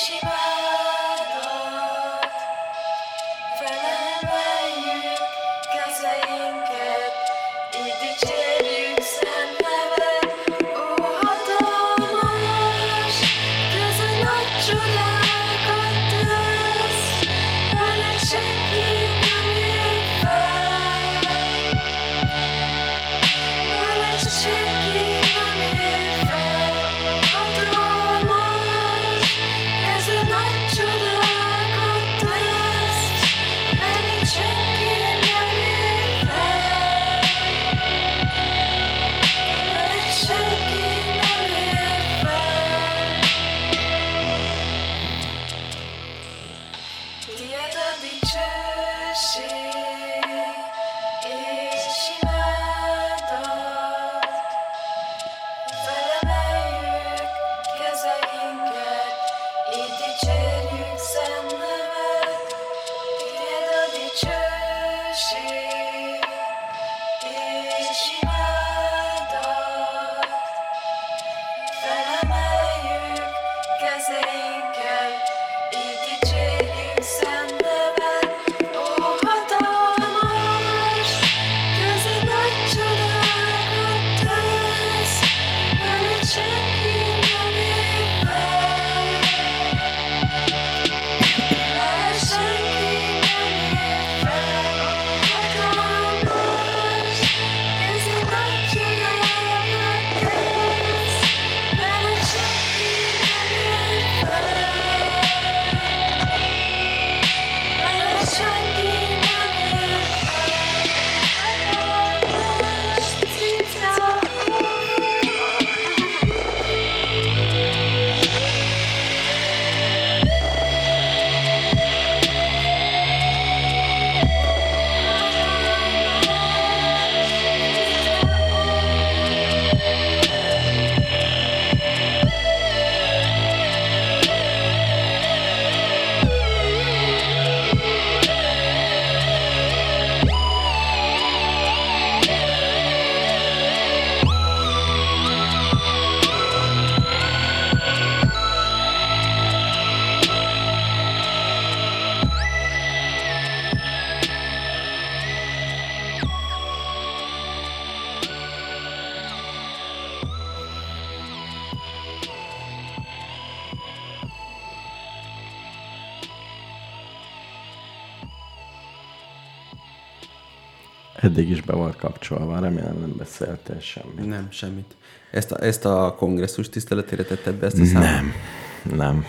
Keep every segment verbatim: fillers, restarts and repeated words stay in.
Eddig is be volt kapcsolva, remélem nem beszéltél semmit. Nem, semmit. Ezt a, ezt a kongresszus tiszteletére tetted be ezt a számot? Nem, nem.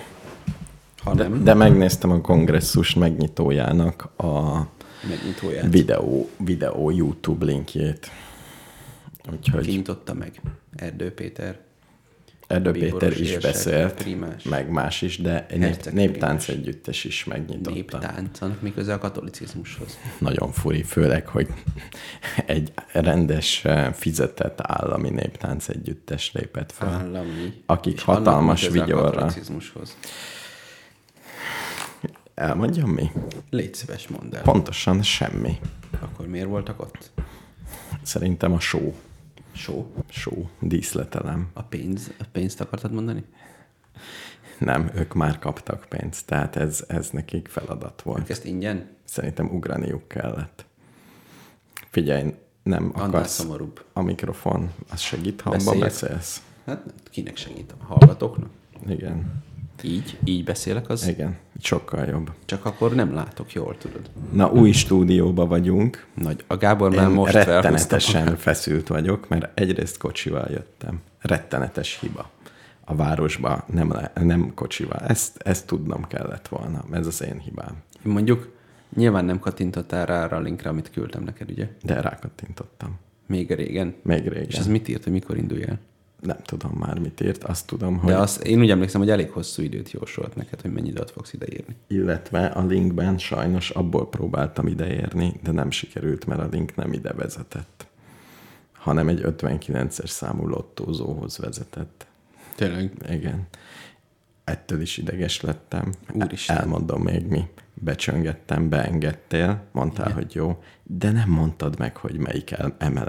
Ha de, nem. De megnéztem a kongresszus megnyitójának a megnyitóját. Videó, videó YouTube linkjét. Úgyhogy... Kinyitotta meg Erdő Péter. Erdő Péter is érsek, beszélt, primás. meg más is, de egy nép, néptánc együttes is megnyitotta. Néptánc, annak még köze a katolicizmushoz. Nagyon furi, főleg, hogy egy rendes, fizetett állami néptánc együttes lépett fel. Állami. Akik és hatalmas vigyorra. A katolicizmushoz. Elmondjam mi? Légy szíves, mondd el. Pontosan semmi. Akkor miért voltak ott? Szerintem a show. Show? Show. Díszletelem. A pénz? A pénzt akartad mondani? Nem, ők már kaptak pénzt, tehát ez, ez nekik feladat volt. Ők ezt ingyen? Szerintem ugraniuk kellett. Figyelj, nem Annál akarsz szomorúbb. a mikrofon, az segít, ha abban beszélsz? Hát kinek segít? A hallgatóknak? Igen. Így? Így beszélek az? Igen, sokkal jobb. Csak akkor nem látok jól, tudod. Na, új stúdióba vagyunk. Nagy. A Gábor már Én most rettenetesen feszült vagyok, mert egyrészt kocsival jöttem. Rettenetes hiba. A városba nem, le, nem kocsival. Ezt, ezt tudnom kellett volna. Ez az én hibám. Én mondjuk nyilván nem kattintottál rá arra a linkre, amit küldtem neked, ugye? De rákattintottam. Még régen? Még régen. És ez mit írt, hogy mikor indulj el? Nem tudom már, mit írt. Azt tudom, hogy... De azt, én úgy emlékszem, hogy elég hosszú időt jósolt neked, hogy mennyi időt fogsz ideírni. Illetve a linkben sajnos abból próbáltam ideérni, de nem sikerült, mert a link nem ide vezetett, hanem egy ötvenkilences számú lottózóhoz vezetett. Tényleg? Igen. Ettől is ideges lettem. Úristen. Elmondom még mi. Becsöngettem, beengedtél, mondtál, igen, hogy jó, de nem mondtad meg, hogy melyik emelet.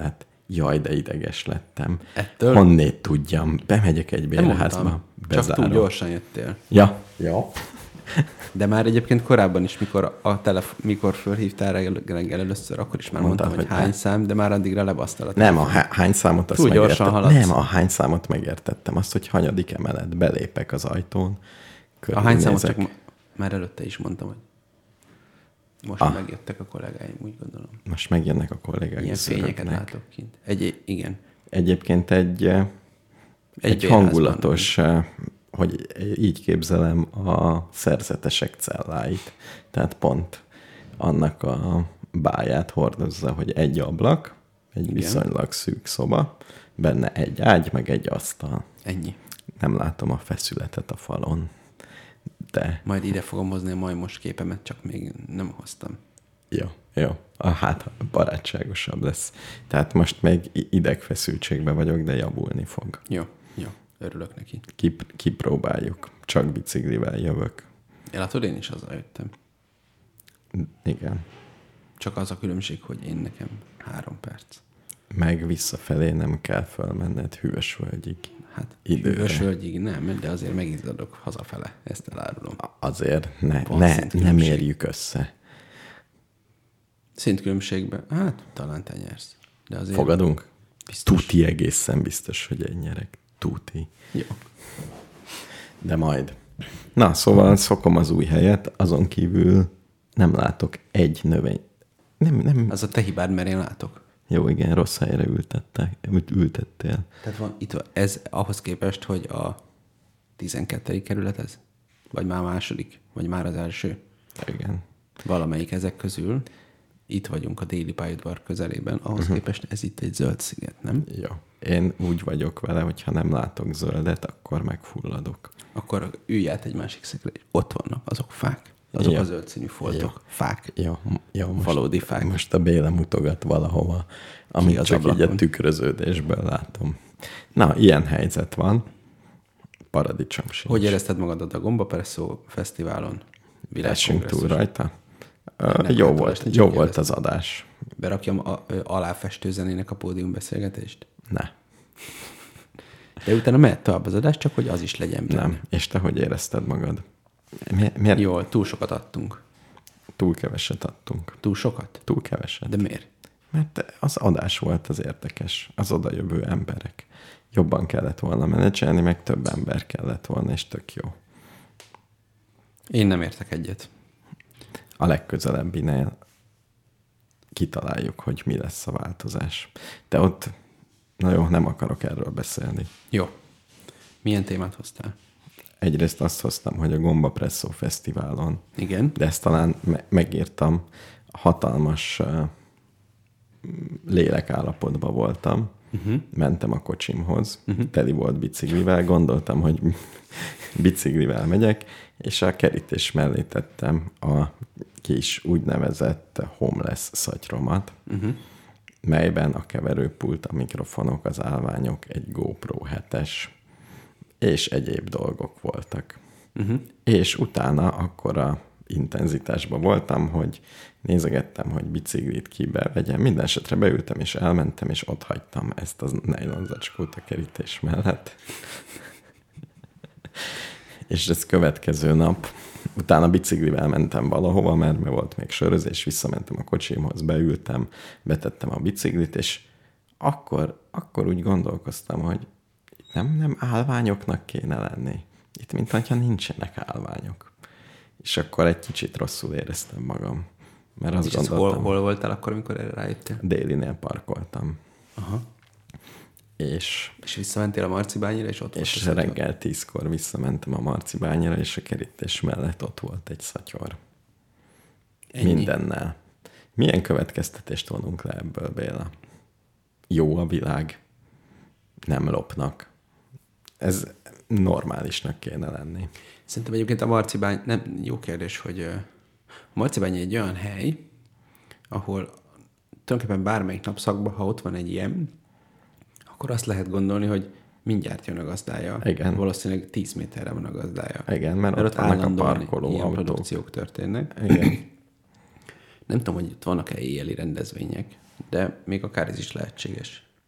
Jaj, de ideges lettem. Ettől? Honnét tudjam. Bemegyek egy Nem bérházba, mondtam, csak bezárom. túl gyorsan jöttél. Ja. Ja. De már egyébként korábban is, mikor, a telef- mikor fölhívtál reggel, reggel először, akkor is már Mondtad, mondtam, hogy, hogy hány ne. szám, de már addigra lebasztál a Nem, a há- hány számot azt Túl gyorsan megértettem. haladsz. Nem, a hány számot megértettem. Azt, hogy hanyadik emelet, belépek az ajtón. A hány számot csak körülnézek. ma- már előtte is mondtam, hogy most Ah. megjöttek a kollégáim, úgy gondolom. Most megjelennek a kollégák. Ilyen és fényeket szörögnek. látok kint. Egy, igen. Egyébként egy, egy, egy bérházban. hangulatos, hogy így képzelem a szerzetesek celláit. Tehát pont annak a báját hordozza, hogy egy ablak, egy Igen. viszonylag szűk szoba, benne egy ágy, meg egy asztal. Ennyi. Nem látom a feszületet a falon, de Majd ide fogom hozni a majmos képemet, csak még nem hoztam. jó, jó. A hát barátságosabb lesz. Tehát most még i- idegfeszültségben vagyok, de javulni fog. Jó, jó. Örülök neki. Kip- kipróbáljuk. Csak biciklivel jövök. Én látod, én is azzal jöttem. Igen. Csak az a különbség, hogy én nekem három perc. Meg visszafelé nem kell fölmenned Hűvösvölgyig. Hát Időre. Hűvösvölgyig nem, de azért megizzadok hazafele. Ezt elárulom. Azért ne, Van ne, ne szintkülönbség. mérjük össze. Szintkülönbségben, hát talán te nyersz. De azért Fogadunk? biztos. Tuti egészen biztos, hogy én nyerek. Tuti. Jó. De majd. Na, szóval szokom az új helyet, azon kívül nem látok egy növény. Nem, nem. Az a te hibád, mert én látok. Jó, igen, rossz helyre ültettek, ült- ültettél. Tehát van itt van, ez ahhoz képest, hogy a tizenkettedik kerület ez? Vagy már második? Vagy már az első? Igen. Valamelyik ezek közül. Itt vagyunk a déli pályaudvar közelében. Ahhoz uh-huh. képest ez itt egy zöld sziget, nem? Jó. Én úgy vagyok vele, hogy ha nem látok zöldet, akkor megfulladok. Akkor ülj át egy másik szegre, és ott vannak azok fák. Azok Jó. a zöld színű foltok. Jó. Fák. Jó, jó most, Valódi fák. Most a Béla mutogat valahova, amit az csak így a ablakon? tükröződésből látom. Na, ilyen helyzet van. Paradicsom sincs. Hogy érezted magadat a Gomba Presszó Fesztiválon? Essünk túl Világkongresszus. rajta? Nem, Uh, nem jó hát volt, olvasni, jó csak volt kérdeztem. az adás. Berakjam a, ö, aláfestő zenének a pódiumbeszélgetést? Ne, De utána mehet tovább az adás, csak hogy az is legyen benne. nem. És te hogy érezted magad? Mi- Miért Jól, túl sokat adtunk. túl keveset adtunk? Túl sokat? Túl keveset. De miért? Mert az adás volt az érdekes, az odajövő emberek. Jobban kellett volna menedzselni, meg több ember kellett volna, és tök jó. Én nem értek egyet. A legközelebbinél kitaláljuk, hogy mi lesz a változás. De ott, na jó, nem akarok erről beszélni. Jó. Milyen témát hoztál? Egyrészt azt hoztam, hogy a Gomba Presszó Fesztiválon, Igen. de ezt talán me- megírtam, hatalmas uh, lélekállapotban voltam, uh-huh. mentem a kocsimhoz, uh-huh. teli volt biciklivel, gondoltam, hogy biciklivel megyek, és a kerítés mellé tettem a kis úgynevezett homeless szatyromat, uh-huh. melyben a keverőpult, a mikrofonok, az állványok, egy GoPro hetes és egyéb dolgok voltak. Uh-huh. És utána akkora intenzitásban voltam, hogy nézegettem, hogy biciklit kibe vegyem. Minden esetre beültem, és elmentem, és ott hagytam ezt a nejlonzacskót a kerítés mellett. És ez következő nap, utána biciklivel mentem valahova, mert volt még sörözés, visszamentem a kocsimhoz, beültem, betettem a biciklit, és akkor, akkor úgy gondolkoztam, hogy nem, nem állványoknak kéne lenni. Itt mintha nincsenek állványok. És akkor egy kicsit rosszul éreztem magam. Mert azt És ez gondoltam, hol, hol voltál akkor, amikor erre rájöttél? Délinél parkoltam. Aha. És, És visszamentél a Marcibányira, és ott volt és a szatyor? reggel tízkor visszamentem a Marcibányra, és a kerítés mellett ott volt egy szatyor. Ennyi? Mindennel. Milyen következtetést vonunk le ebből, Béla? Jó a világ. Nem lopnak. Ez normálisnak kéne lenni. Szerintem egyébként a Marcibány, nem jó kérdés, hogy ö, a Marcibány egy olyan hely, ahol tulajdonképpen bármelyik napszakban, ha ott van egy ilyen, akkor azt lehet gondolni, hogy mindjárt jön a gazdája. Igen. Valószínűleg tíz méterre van a gazdája. Igen, mert, Mert ott ott vannak a állandóan parkoló ilyen autók. produkciók történnek. Igen. Nem tudom, hogy itt vannak-e éjjeli rendezvények, de még akár ez is lehetséges.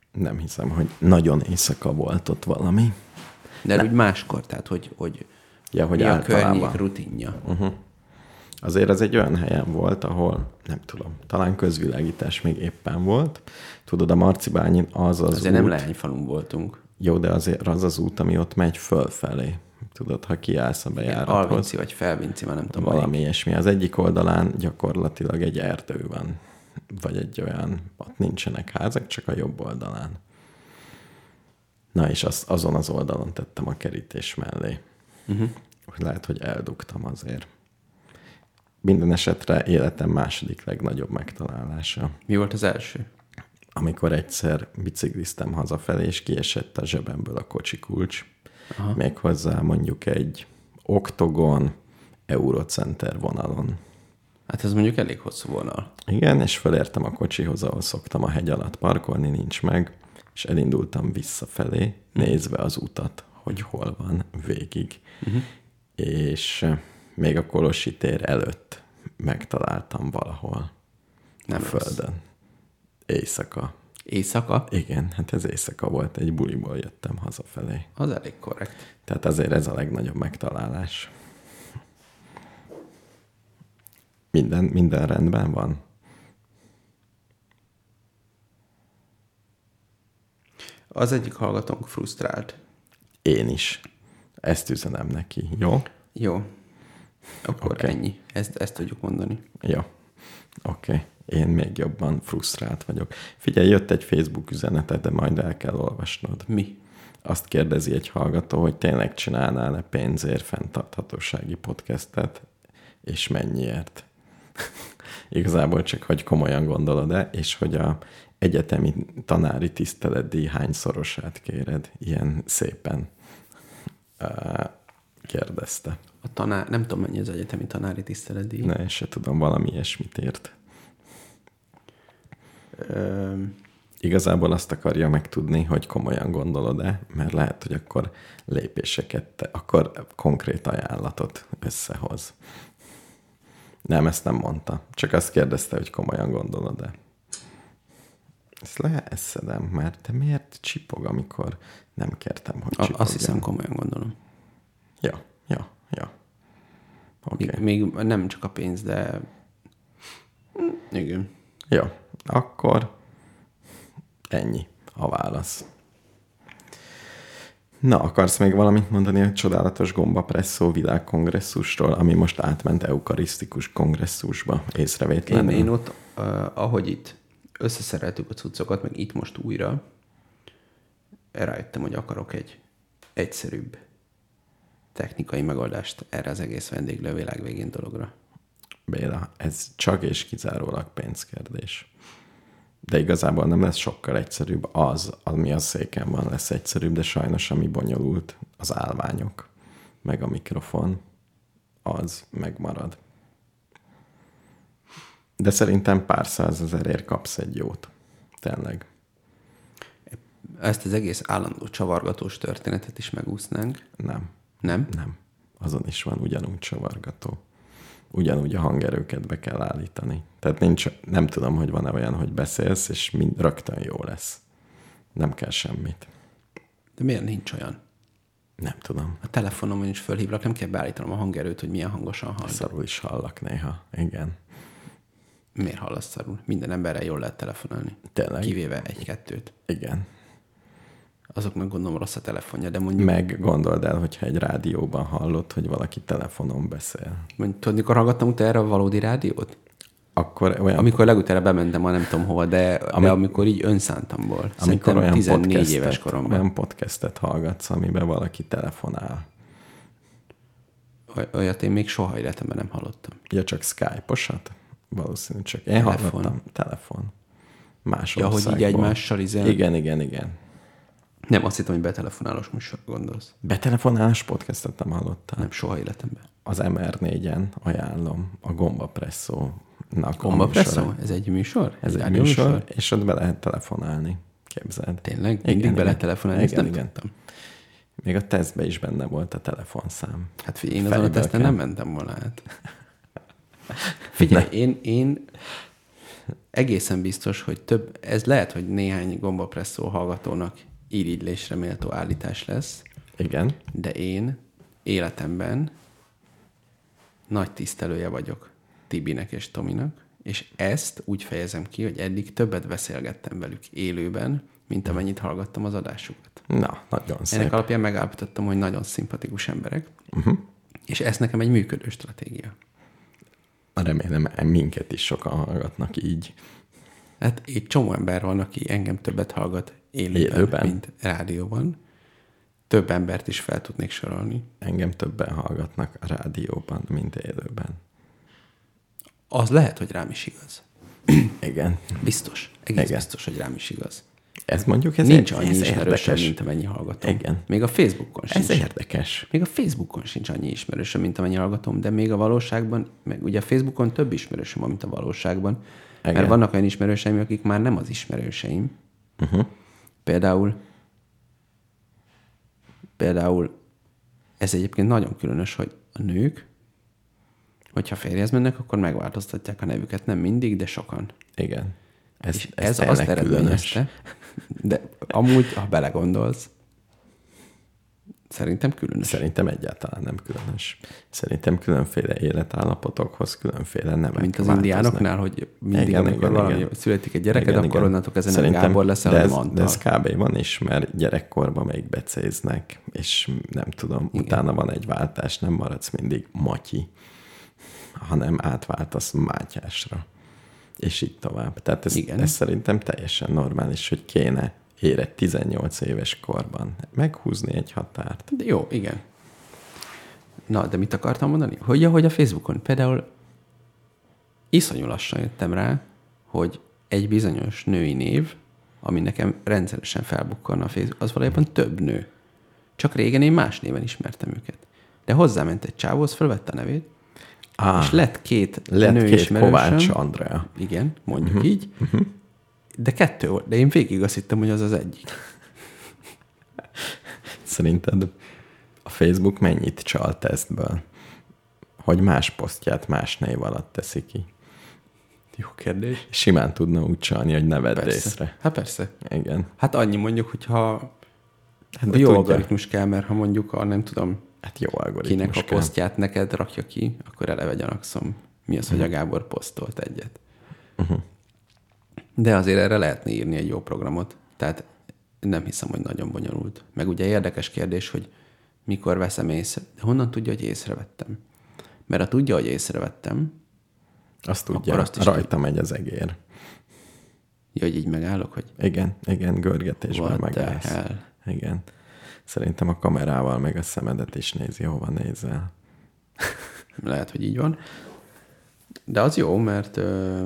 Nem hiszem, hogy nagyon éjszaka volt ott valami. De úgy máskor, tehát hogy, hogy, ja, hogy mi a általában. környék rutinja. Uh-huh. Azért ez egy olyan helyen volt, ahol, nem tudom, talán közvilágítás még éppen volt. Tudod, a Marcibányin az az Azért út... nem leányfalun voltunk. Jó, de azért az az út, ami ott megy fölfelé. Tudod, ha kiállsz a bejárathoz. Alvinci vagy Felvinci, már nem tudom. Valami melyik. ilyesmi. Az egyik oldalán gyakorlatilag egy erdő van. Vagy egy olyan, ott nincsenek házak, csak a jobb oldalán. Na, és az, azon az oldalon tettem a kerítés mellé. Uh-huh. Lehet, hogy eldugtam azért. Minden esetre életem második legnagyobb megtalálása. Mi volt az első? Amikor egyszer bicikliztem hazafelé, és kiesett a zsebemből a kocsi kulcs. Aha. Méghozzá mondjuk egy Oktogon Eurocenter vonalon. Hát ez mondjuk elég hosszú vonal. Igen, és felértem a kocsihoz, ahol szoktam a hegy alatt parkolni, nincs meg, és elindultam visszafelé, nézve az utat, hogy hol van végig. Uh-huh. És még a Kolosi tér előtt megtaláltam valahol nem a földön. Éjszaka. Éjszaka? Igen, hát ez éjszaka volt, egy buliból jöttem hazafelé. Az elég korrekt. Tehát azért ez a legnagyobb megtalálás. Minden, minden rendben van? Az egyik hallgatónk frusztrált. Én is. Ezt üzenem neki, jó? Jó. Akkor okay. ennyi. Ezt, ezt tudjuk mondani. Jó. Oké. Okay. Én még jobban frusztrált vagyok. Figyelj, jött egy Facebook üzenetet, de majd el kell olvasnod. Mi? Azt kérdezi egy hallgató, hogy tényleg csinálnál-e pénzért fenntarthatósági podcastet, és mennyiért. Igazából csak, hogy komolyan gondolod-e, és hogy a egyetemi tanári tiszteletdíj hányszorosát kéred, ilyen szépen uh, kérdezte. A tanár, nem tudom, mennyi az egyetemi tanári tiszteletdíj. Ne, se tudom, valami ilyesmit ért. Ö... Igazából azt akarja megtudni, hogy komolyan gondolod-e, mert lehet, hogy akkor lépéseket, te, akkor konkrét ajánlatot összehoz. Nem, ezt nem mondta. Csak azt kérdezte, hogy komolyan gondolod-e. Ezt leeszedem, mert te miért csipog, amikor nem kértem, hogy csipogjon? Azt hiszem, komolyan gondolom. Ja, ja, ja. Okay. Még, még nem csak a pénz, de... Igen. Jó, akkor ennyi a válasz. Na, akarsz még valamit mondani a csodálatos gombapresszó világkongresszusról, ami most átment eukarisztikus kongresszusba észrevétlenül? Én, én ott, uh, ahogy itt összeszereltük a cuccokat, meg itt most újra, rájöttem, hogy akarok egy egyszerűbb technikai megoldást erre az egész vendéglő világ végén dologra. Béla, ez csak és kizárólag pénzkérdés. De igazából nem lesz sokkal egyszerűbb az, ami a széken van, lesz egyszerűbb, de sajnos ami bonyolult, az állványok, meg a mikrofon, az megmarad. De szerintem pár százezerért kapsz egy jót. Tényleg. Ezt az egész állandó csavargatós történetet is megúsznánk. Nem. Nem? Nem. Azon is van ugyanúgy csavargató. Ugyanúgy a hangerőket be kell állítani. Tehát nincs, nem tudom, hogy van-e olyan, hogy beszélsz, és mind, rögtön jó lesz. Nem kell semmit. De miért nincs olyan? Nem tudom. A telefonomon is fölhívlak, nem kell beállítanom a hangerőt, hogy milyen hangosan hall. Szarul is hallak néha. Igen. Miért hallasz szarul? Minden emberrel jól lehet telefonálni. Tényleg? Kivéve egy-kettőt. Igen. Azoknak gondolom rossz a telefonja, de mondjuk... Meg gondold el, hogyha egy rádióban hallod, hogy valaki telefonon beszél. Mondjuk, tudod, mikor hallgattam utána erre a valódi rádiót? Akkor olyan... Amikor legutára bementem, ma nem tudom hova, de, Ami... de amikor így önszántamból. Amikor olyan tizennégy éves koromban. Olyan podcastet hallgatsz, amiben valaki telefonál. Olyat én még soha életemben nem hallottam. Ja, csak Skype-osat? Valószínű csak. Én telefon. hallottam. Telefon. Más ja, országból. hogy így egymással izé... Igen, igen, igen. Nem, azt hittem, hogy betelefonálós műsor gondolsz. Betelefonálós podcastet nem hallottál? Nem, soha életemben. Az em er négyen ajánlom a Gombapresszónak. Gombapresszó? Ez egy műsor? Ez egy, egy műsor, műsor, és ott be lehet telefonálni. Képzeld. Tényleg? Mindig igen, be lehet telefonálni? Igen, nem igen. tudtam. Még a tesztben is benne volt a telefonszám. Hát figyelj, én azon a teszten nem mentem volna át. Figyelj, én, én egészen biztos, hogy több, ez lehet, hogy néhány gombapresszó hallgatónak irigylésre méltó állítás lesz. Igen. De én életemben nagy tisztelője vagyok Tibinek és Tominak, és ezt úgy fejezem ki, hogy eddig többet beszélgettem velük élőben, mint amennyit hallgattam az adásukat. Na, nagyon szép. Ennek alapján megállapítottam, hogy nagyon szimpatikus emberek, uh-huh. és ez nekem egy működő stratégia. Remélem, minket is sokan hallgatnak így. Hát egy csomó ember van, aki engem többet hallgat élőben, élőben? mint rádióban. Több embert is fel tudnék sorolni. Engem többen hallgatnak a rádióban, mint élőben. Az lehet, hogy rám is igaz. Igen. Biztos. Egész Igen. biztos, hogy rám is igaz. Ez mondjuk, ez Nincs egy, annyi ez ismerősöm, érdekes. mint amennyi hallgatom. Igen. Még a Facebookon sincs. Ez érdekes. Még a Facebookon sincs annyi ismerősöm, mint amennyi hallgatom, de még a valóságban, meg ugye a Facebookon több ismerősöm van, mint a valóságban. Igen. Mert vannak olyan ismerőseim, akik már nem az ismerőseim. Uh-huh. Például Például ez egyébként nagyon különös, hogy a nők, hogyha férjhez mennek, akkor megváltoztatják a nevüket. Nem mindig, de sokan. Igen. Ez, És ez, ez azt eredményezte, de amúgy, ha belegondolsz, szerintem különös. Szerintem egyáltalán nem különös. Szerintem különféle életállapotokhoz különféle nevek Mint az változnak. indiánoknál, hogy mindig, igen, amikor igen, valami igen. születik egy gyereked, igen, akkor igen. onnantól kezdve nem Gábor leszel, de ez, hanem de Antal. ez kb. Van is, mert gyerekkorban még becéznek, és nem tudom, igen. utána van egy váltás, nem maradsz mindig Matyi, hanem átváltasz Mátyásra. És így tovább. Tehát ez, ez szerintem teljesen normális, hogy kéne érett tizennyolc éves korban meghúzni egy határt. De jó, igen. Na, de mit akartam mondani? Hogy ahogy a Facebookon például iszonyú lassan jöttem rá, hogy egy bizonyos női név, ami nekem rendszeresen felbukkan a Facebook, az valójában több nő. Csak régen én más néven ismertem őket. De hozzáment egy csávóhoz, felvette a nevét, ah, és lett két lett nő két ismerősöm. Kovács Andrea. Igen, mondjuk uh-huh. így. Uh-huh. De kettő volt, de én végig azt hittem, hogy az az egyik. Szerinted a Facebook mennyit csal tesztből? Hogy más posztját más név alatt teszi ki? Jó kérdés. Simán tudna úgy csalni, hogy ne vedd észre. Hát persze. Igen. Hát annyi mondjuk, hogyha hát jó tudja. algoritmus kell, mert ha mondjuk a nem tudom, hát jó algoritmus kinek a kell. posztját neked rakja ki, akkor eleve gyanakszom. Mi az, hogy a Gábor posztolt egyet. Uh-huh. De azért erre lehetne írni egy jó programot. Tehát nem hiszem, hogy nagyon bonyolult. Meg ugye érdekes kérdés, hogy mikor veszem észre. De honnan tudja, hogy észrevettem? Mert ha tudja, hogy észrevettem, azt tudja, azt is rajta tud... megy az egér. Ja, hogy így megállok, hogy... Igen, igen, görgetésben megállsz. Igen. Szerintem a kamerával meg a szemedet is nézi, hova nézel. Lehet, hogy így van. De az jó, mert ö...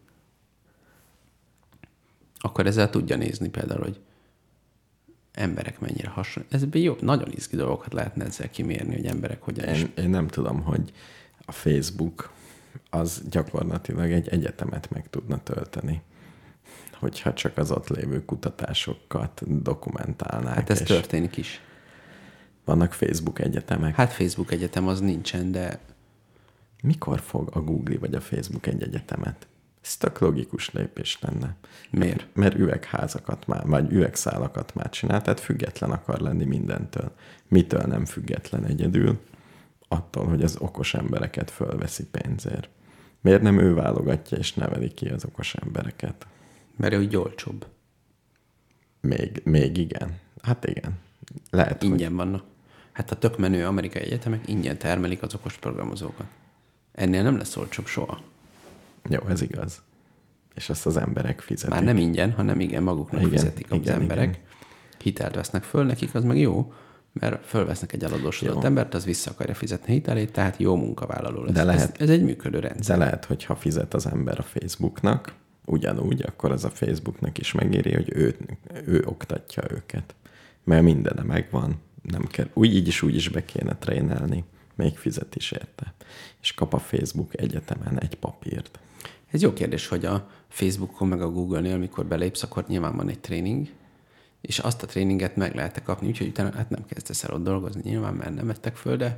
akkor ezzel tudja nézni például, hogy emberek mennyire hasonló. Ez jó, nagyon izgi dolgokat lehetne ezzel kimérni, hogy emberek hogyan is. Én, én nem tudom, hogy a Facebook az gyakorlatilag egy egyetemet meg tudna tölteni, hogyha csak az ott lévő kutatásokat dokumentálnák. Hát ez történik is. Vannak Facebook egyetemek. Hát Facebook egyetem az nincsen, de... Mikor fog a Google vagy a Facebook egy egyetemet? Ez tök logikus lépés lenne. Miért? Mert üvegházakat már, vagy üvegszálakat már csinál, tehát független akar lenni mindentől. Mitől nem független egyedül? Attól, hogy az okos embereket fölveszi pénzért. Miért nem ő válogatja és neveli ki az okos embereket? Mert ő úgy olcsóbb. Még, még igen. Hát igen. Lehet, ingyen hogy... vannak. Hát a tök menő amerikai egyetemek ingyen termelik az okos programozókat. Ennél nem lesz olcsóbb soha. Jó, ez igaz. És azt az emberek fizetik. Már nem ingyen, hanem igen, maguknak igen, fizetik igen, az emberek. Igen. Hitelt vesznek föl, nekik az meg jó, mert fölvesznek egy eladósodott embert, az vissza akarja fizetni hitelét, tehát jó munkavállaló lesz. De lehet, ez, ez egy működő rendszer. De lehet, hogy ha fizet az ember a Facebooknak, ugyanúgy, akkor az a Facebooknak is megéri, hogy ő, ő oktatja őket. Mert mindene megvan, nem kell. Úgy így is úgy is be kéne trénelni, még fizet is érte. És kap a Facebook egyetemen egy papírt. Ez jó kérdés, hogy a Facebookon meg a Google-nél, amikor belépsz, akkor nyilván van egy tréning, és azt a tréninget meg lehet kapni, úgyhogy utána hát nem kezdesz el ott dolgozni nyilván, mert nem ettek föl, de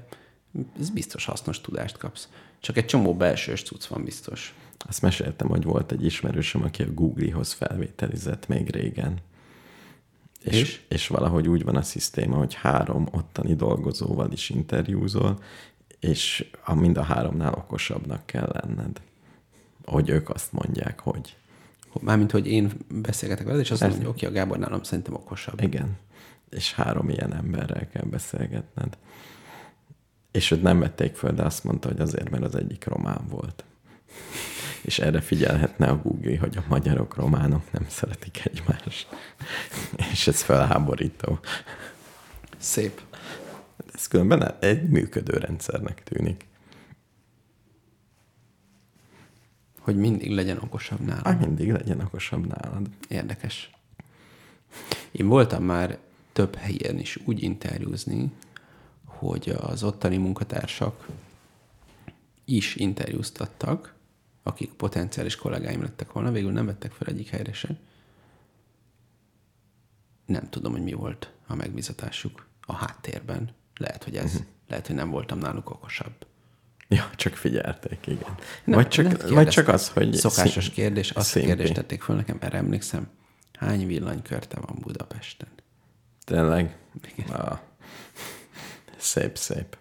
ez biztos hasznos tudást kapsz. Csak egy csomó belsős cucc van biztos. Azt meséltem, hogy volt egy ismerősöm, aki a Google-hoz felvételizett még régen. És, és? és valahogy úgy van a szisztéma, hogy három ottani dolgozóval is interjúzol, és a, mind a háromnál okosabbnak kell lenned. Hogy ők azt mondják, hogy... Mármint, hogy én beszélgetek veled, és azt mondom, hogy oké, a Gábor nálam szerintem okosabb. Igen. És három ilyen emberrel kell beszélgetned. És őt nem vették föl, de azt mondta, hogy azért, mert az egyik román volt. És erre figyelhetne a Google, hogy a magyarok, románok nem szeretik egymást. És ez felháborító. Szép. Ez különben egy működő rendszernek tűnik. Hogy mindig legyen okosabb nálad. Ah, mindig legyen okosabb nálad. Érdekes. Én voltam már több helyen is úgy interjúzni, hogy az ottani munkatársak is interjúztattak, akik potenciális kollégáim lettek volna, végül nem vettek fel egyik helyre se. Nem tudom, hogy mi volt a megbízatásuk a háttérben. Lehet, hogy ez, uh-huh. lehet, hogy nem voltam náluk okosabb. Ja, csak figyelték, igen. Nem, vagy, csak, vagy csak az, hogy... Szokásos szín... kérdés, azt a színpi. kérdést tették föl nekem, erre emlékszem. Hány villanykörte van Budapesten? Tényleg? Ah. Szép, szép.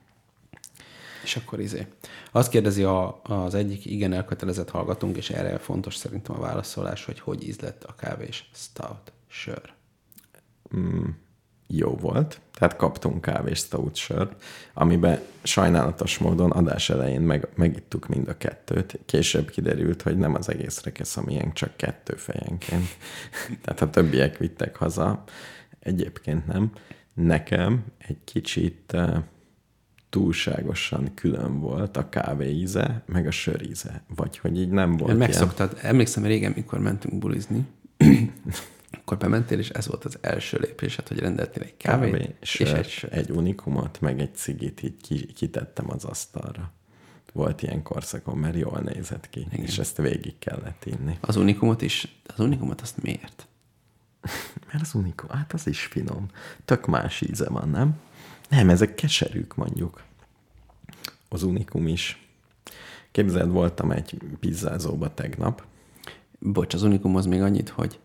És akkor izé. Azt kérdezi a, az egyik igen elkötelezett hallgatónk, és erre fontos szerintem a válaszolás, hogy hogy ízlett a kávés stout sör. Mm, jó volt. Tehát kaptunk kávés stout sört, amiben sajnálatos módon adás elején meg, megittuk mind a kettőt. Később kiderült, hogy nem az egészre kesz, amilyen csak kettő fejenként. Tehát a többiek vittek haza. Egyébként nem. Nekem egy kicsit uh, túlságosan külön volt a kávé íze, meg a sör íze. Vagy hogy így nem volt megszoktad. Ilyen... Emlékszem régen, mikor mentünk bulizni, akkor bementél, és ez volt az első lépésed, hogy rendeltél egy kávét, Kávé, sör, és egy, sör. egy unikumot, meg egy cigit így kitettem az asztalra. Volt ilyen korszakom, mert jól nézett ki, igen. És ezt végig kellett inni. Az unikumot is, az unikumot azt miért? Mert az unikum, hát az is finom. Tök más íze van, nem? Nem, ezek keserűk mondjuk. Az unikum is. Képzeld, voltam egy pizzázóba tegnap. Bocs, az unikum az még annyit, hogy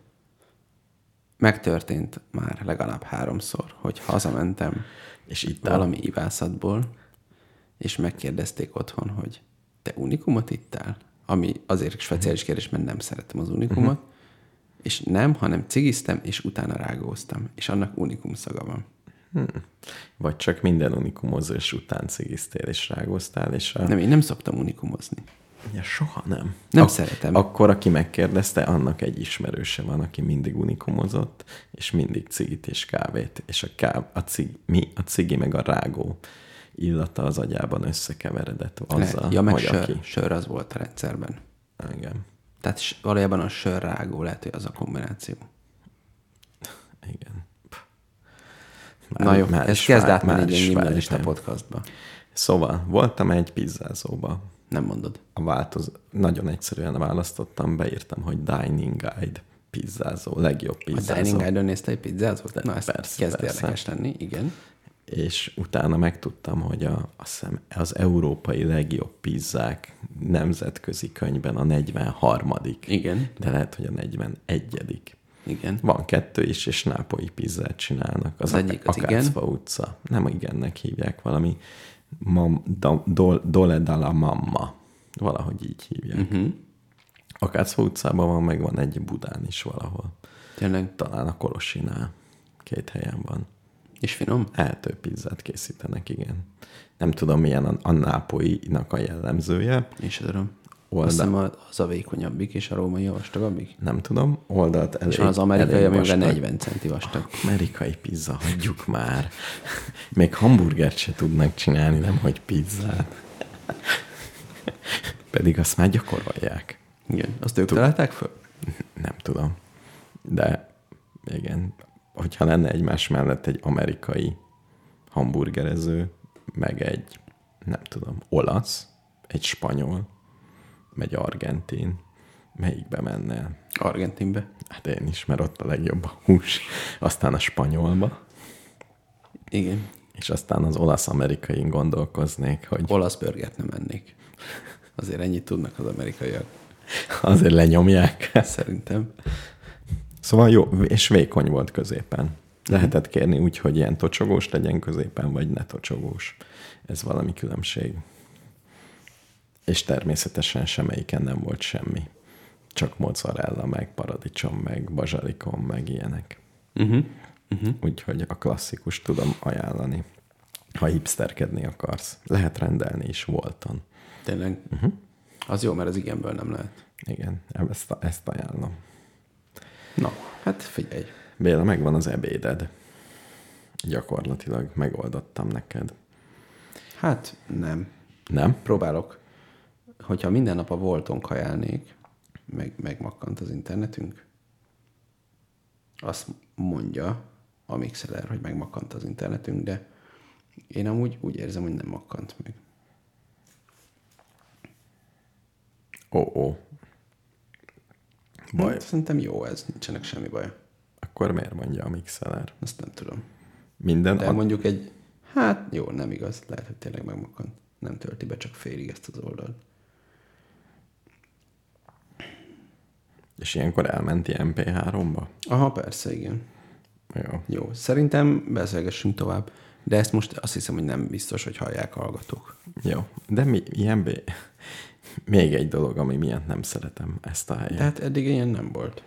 megtörtént már legalább háromszor, hogy hazamentem és itt valami ivászatból, és megkérdezték otthon, hogy te unikumot ittál? Ami azért speciális kérdés, mert nem szeretem az unikumot, uh-huh. és nem, hanem cigiztem, és utána rágóztam, és annak unikum szaga van. Hmm. Vagy csak minden unikumozás után cigiztél és rágóztál, és a... Nem, én nem szoktam unikumozni. Ja, soha nem. Nem Ak- szeretem. Akkor, aki megkérdezte, annak egy ismerőse van, aki mindig unikumozott, és mindig cigit és kávét, és a, káv, a, cig, mi, a cigi meg a rágó illata az agyában összekeveredett azzal, ja, meg hogy sör, aki... sör az volt a rendszerben. Igen. Tehát valójában a sör rágó lehet, hogy az a kombináció. Igen. Már, Na jó, már ez kezd átmenni egy minimalista podcastba. Szóval, voltam egy pizzázóba. Nem mondod. A változ... Nagyon egyszerűen választottam, beírtam, hogy Dining Guide pizzázó, legjobb pizzázó. A Dining Guide-on nézte egy pizzázót? Na, ez persze, kezd persze. érdekes lenni, igen. És utána megtudtam, hogy a, az európai legjobb pizzák nemzetközi könyvben a negyvenharmadik Igen. De lehet, hogy a negyvenegyedik Igen. Van kettő is, és nápolyi pizzát csinálnak. Az, az egyik az Akácfa utca. Nem igennek hívják, valami mam, da, dol, Dole dalla Mamma. Valahogy így hívják. Uh-huh. Akácfa utcában van, meg van egy Budán is valahol. Tényleg? Talán a Kolosinál. Két helyen van. És finom? Eltő pizzát készítenek, igen. Nem tudom, milyen a, a nápolyinak a jellemzője. Én sem tudom. Oldal... Azt hiszem az a vékonyabbik, és a római a vastagabbik? Nem tudom. Oldalt elég, és van az amerikai, amiben negyven centi vastag. Amerikai pizza, hagyjuk már. Még hamburgert se tudnak csinálni, nem hogy pizzát. Pedig azt már gyakorolják. Igen. Azt ők találták föl? Nem tudom. De igen, hogyha lenne egymás mellett egy amerikai hamburgerező, meg egy, nem tudom, olasz, egy spanyol, egy argentin, melyikbe mennél? Argentinbe. Hát én is, mert ott a legjobb a hús. Aztán a spanyolba. Igen. És aztán az olasz-amerikain gondolkoznék, hogy... Olasz burgert nem ennék. Azért ennyit tudnak az amerikaiak. Azért lenyomják. Szerintem. Szóval jó, és vékony volt középen. Lehetett kérni úgy, hogy ilyen tocsogós legyen középen, vagy ne tocsogós. Ez valami különbség. És természetesen semmelyiken nem volt semmi. Csak mozzarella, meg paradicsom, meg bazsalikom, meg ilyenek. Uh-huh. Uh-huh. Úgyhogy a klasszikus tudom ajánlani. Ha hipsterkedni akarsz. Lehet rendelni is Volton. Tényleg? Uh-huh. Az jó, mert az igenből nem lehet. Igen, ezt, ezt ajánlom. Na, hát figyelj. Béla, megvan az ebéded. Gyakorlatilag megoldottam neked. Hát nem. Nem? Próbálok. Hogyha minden nap a Volton kajálnék, meg, megmakkant az internetünk, azt mondja a Mixeler, hogy megmakkant az internetünk, de én amúgy úgy érzem, hogy nem makkant meg. Ó, ó. Baj. Hát, szerintem jó ez, nincsenek semmi baj. Akkor miért mondja a Mixeler? Azt nem tudom. Minden De ad... mondjuk egy, hát jó, nem igaz, lehet, hogy tényleg megmakkant. Nem tölti be csak félig ezt az oldalt. És ilyenkor elmenti em pé háromba? Aha, persze, igen. Jó. Jó, szerintem beszélgessünk tovább. De ezt most azt hiszem, hogy nem biztos, hogy hallják a hallgatók. Jó. De mi, ilyen bé... Még egy dolog, ami miatt nem szeretem ezt a helyet. De hát eddig ilyen nem volt.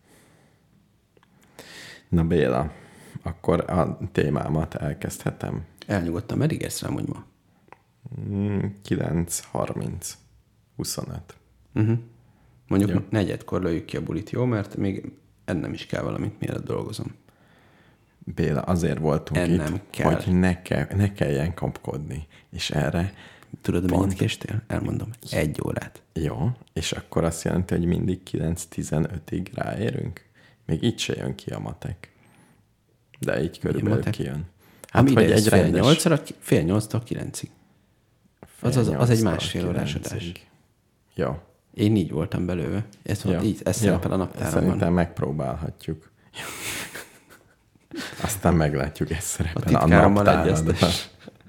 Na Béla, akkor a témámat elkezdhetem? Elnyugodtam, meddig érsz rám, hogy ma? kilenc harminc huszonöt. Uh-huh. Mondjuk Jó. negyedkor lőjük ki a bulit, jó? Mert még ennem is kell valamit, mielőtt dolgozom. Béla, azért voltunk Ennem itt, kell. hogy ne, kell, ne kelljen kapkodni. És erre... Tudod, Pont. mennyit késtél? Elmondom. Egy órát. Jó, és akkor azt jelenti, hogy mindig kilenc tizenötig ráérünk? Még itt se jön ki a matek. De így körülbelül matek? kijön. Hát, Ami hogy ide egy fél rendes... nyolcra, fél nyolctól kilencig. Az, az, az egy nyolctól másfél órás kilencig. adás. Jó. Én így voltam belőle. Ez, Jó. így, ez szerepel a naptáramban. Szerintem megpróbálhatjuk. Aztán meglátjuk, ez szerepel A a, titkárommal naptáradban. egyeztes.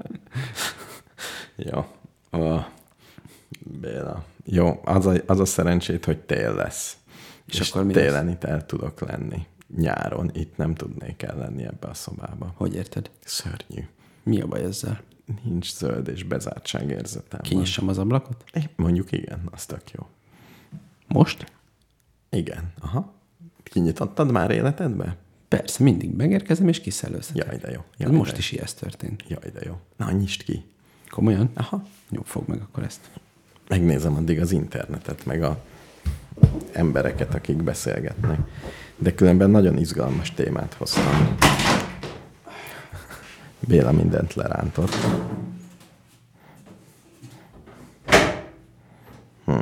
Jó. A... Béla. Jó, az a, az a szerencsét, hogy tél lesz. És, és akkor télen lesz? Itt el tudok lenni. Nyáron itt nem tudnék el lenni ebbe a szobába. Hogy érted? Szörnyű. Mi a baj ezzel? Nincs zöld és bezártságérzetem. Kinyissam az ablakot? É, mondjuk igen, az tök jó. Most? Igen, aha. Kinyitottad már életedbe? Persze, mindig megérkezem és kiszellőzhetek. Jaj, de jó. Jaj, most de is ilyes történt. Jaj, de jó. Na, nyisd ki. Komolyan? Aha. Jó, fogd meg akkor ezt. Megnézem addig az internetet, meg a embereket, akik beszélgetnek. De különben nagyon izgalmas témát hoztam. Béla mindent lerántott. Hm.